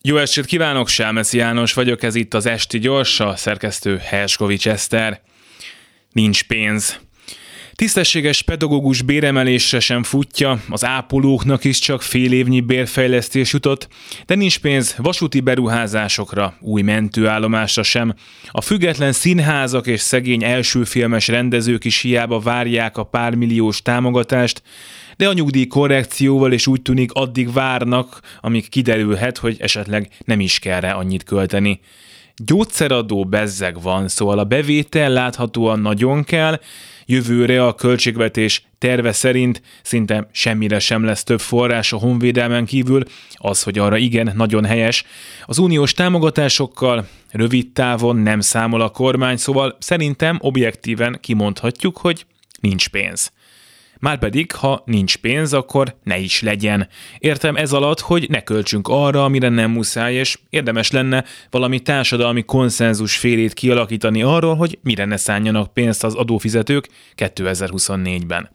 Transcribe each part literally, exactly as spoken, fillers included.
Jó estét kívánok, Selmeci János vagyok, ez itt az Esti Gyors, a szerkesztő Herskovics Eszter. Nincs pénz. Tisztességes pedagógus béremelésre sem futja, az ápolóknak is csak fél évnyi bérfejlesztés jutott, de nincs pénz vasúti beruházásokra, új mentőállomásra sem. A független színházak és szegény elsőfilmes rendezők is hiába várják a pármilliós támogatást, de a nyugdíj korrekcióval is úgy tűnik addig várnak, amíg kiderülhet, hogy esetleg nem is kell rá annyit költeni. Gyógyszeradó bezzeg van, szóval a bevétel láthatóan nagyon kell, jövőre a költségvetés terve szerint szinte semmire sem lesz több forrás a honvédelmen kívül, az, hogy arra igen, nagyon helyes. Az uniós támogatásokkal rövid távon nem számol a kormány, szóval szerintem objektíven kimondhatjuk, hogy nincs pénz. Márpedig, ha nincs pénz, akkor ne is legyen. Értem ez alatt, hogy ne költsünk arra, amire nem muszáj, és érdemes lenne valami társadalmi konszenzus félét kialakítani arról, hogy mire ne szánjanak pénzt az adófizetők kétezer-huszonnégyben.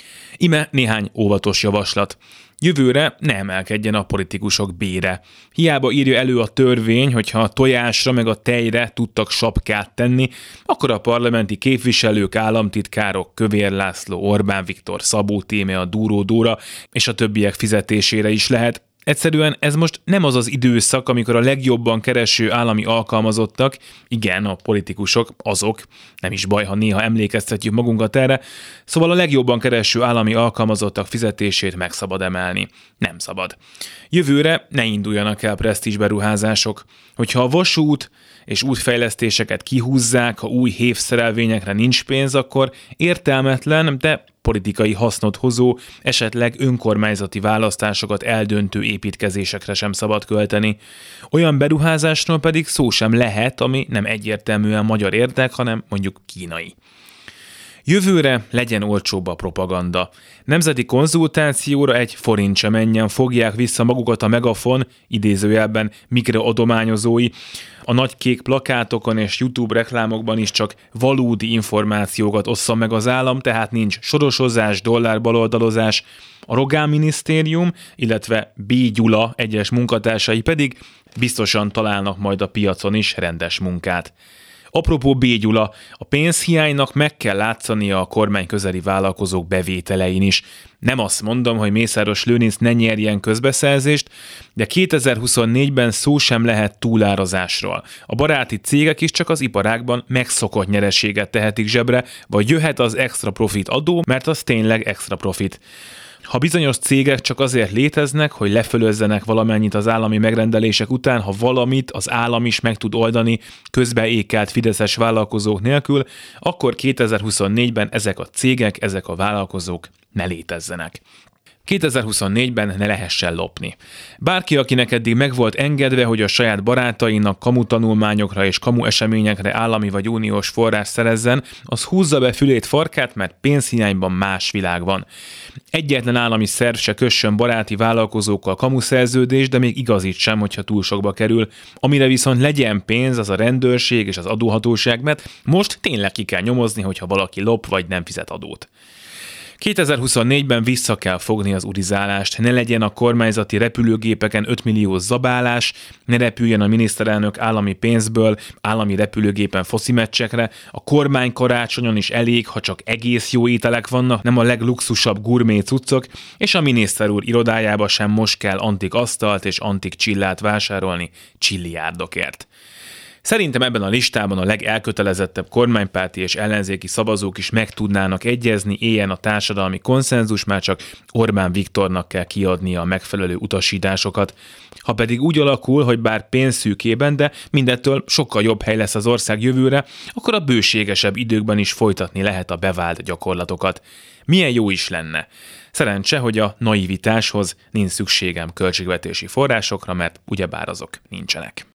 Ime néhány óvatos javaslat. Jövőre ne emelkedjen a politikusok bére. Hiába írja elő a törvény, hogyha a tojásra meg a tejre tudtak sapkát tenni, akkor a parlamenti képviselők, államtitkárok, Kövér László, Orbán Viktor, Szabó Tímea, Dúró Dóra és a többiek fizetésére is lehet. Egyszerűen ez most nem az az időszak, amikor a legjobban kereső állami alkalmazottak, igen, a politikusok, azok, nem is baj, ha néha emlékeztetjük magunkat erre, szóval a legjobban kereső állami alkalmazottak fizetését meg szabad emelni. Nem szabad. Jövőre ne induljanak el presztízs beruházások. Hogyha a vasút és útfejlesztéseket kihúzzák, ha új hévszerelvényekre nincs pénz, akkor értelmetlen, de politikai hasznot hozó, esetleg önkormányzati választásokat eldöntő építkezésekre sem szabad költeni. Olyan beruházásról pedig szó sem lehet, ami nem egyértelműen magyar érdek, hanem mondjuk kínai. Jövőre legyen olcsóbb a propaganda. Nemzeti konzultációra egy forint sem menjen, fogják vissza magukat a Megafon, idézőjelben mikroadományozói. A nagy kék plakátokon és YouTube reklámokban is csak valódi információkat ossza meg az állam, tehát nincs sorosozás, dollárbaloldalozás. A Rogán minisztérium, illetve B. Gyula egyes munkatársai pedig biztosan találnak majd a piacon is rendes munkát. Apropó B. Gyula, a pénzhiánynak meg kell látszania a kormány közeli vállalkozók bevételein is. Nem azt mondom, hogy Mészáros Lőrinc ne nyerjen közbeszerzést, de kétezer-huszonnégyben szó sem lehet túlárazásról. A baráti cégek is csak az iparágban megszokott nyereséget tehetik zsebre, vagy jöhet az extra profit adó, mert az tényleg extra profit. Ha bizonyos cégek csak azért léteznek, hogy lefölözzenek valamennyit az állami megrendelések után, ha valamit az állam is meg tud oldani közbeékelt fideszes vállalkozók nélkül, akkor kétezer-huszonnégyben ezek a cégek, ezek a vállalkozók ne létezzenek. kétezer-huszonnégyben ne lehessen lopni. Bárki, akinek eddig meg volt engedve, hogy a saját barátainak kamu tanulmányokra és kamu eseményekre állami vagy uniós forrás szerezzen, az húzza be fülét farkát, mert pénzhiányban más világ van. Egyetlen állami szerv se kössön baráti vállalkozókkal kamuszerződést, de még igazít sem, hogyha túl sokba kerül. Amire viszont legyen pénz, az a rendőrség és az adóhatóság, mert most tényleg ki kell nyomozni, hogyha valaki lop vagy nem fizet adót. kétezer-huszonnégyben vissza kell fogni az urizálást, ne legyen a kormányzati repülőgépeken öt millió zabálás, ne repüljen a miniszterelnök állami pénzből, állami repülőgépen foszi meccsekre, a kormány karácsonyon is elég, ha csak egész jó ételek vannak, nem a legluxusabb gurmé cuccok, és a miniszter úr irodájába sem most kell antik asztalt és antik csillát vásárolni csilliárdokért. Szerintem ebben a listában a legelkötelezettebb kormánypárti és ellenzéki szavazók is meg tudnának egyezni, éljen a társadalmi konszenzus, már csak Orbán Viktornak kell kiadnia a megfelelő utasításokat. Ha pedig úgy alakul, hogy bár pénzszűkében, de mindettől sokkal jobb hely lesz az ország jövőre, akkor a bőségesebb időkben is folytatni lehet a bevált gyakorlatokat. Milyen jó is lenne. Szerencse, hogy a naivitáshoz nincs szükségem költségvetési forrásokra, mert ugyebár azok nincsenek.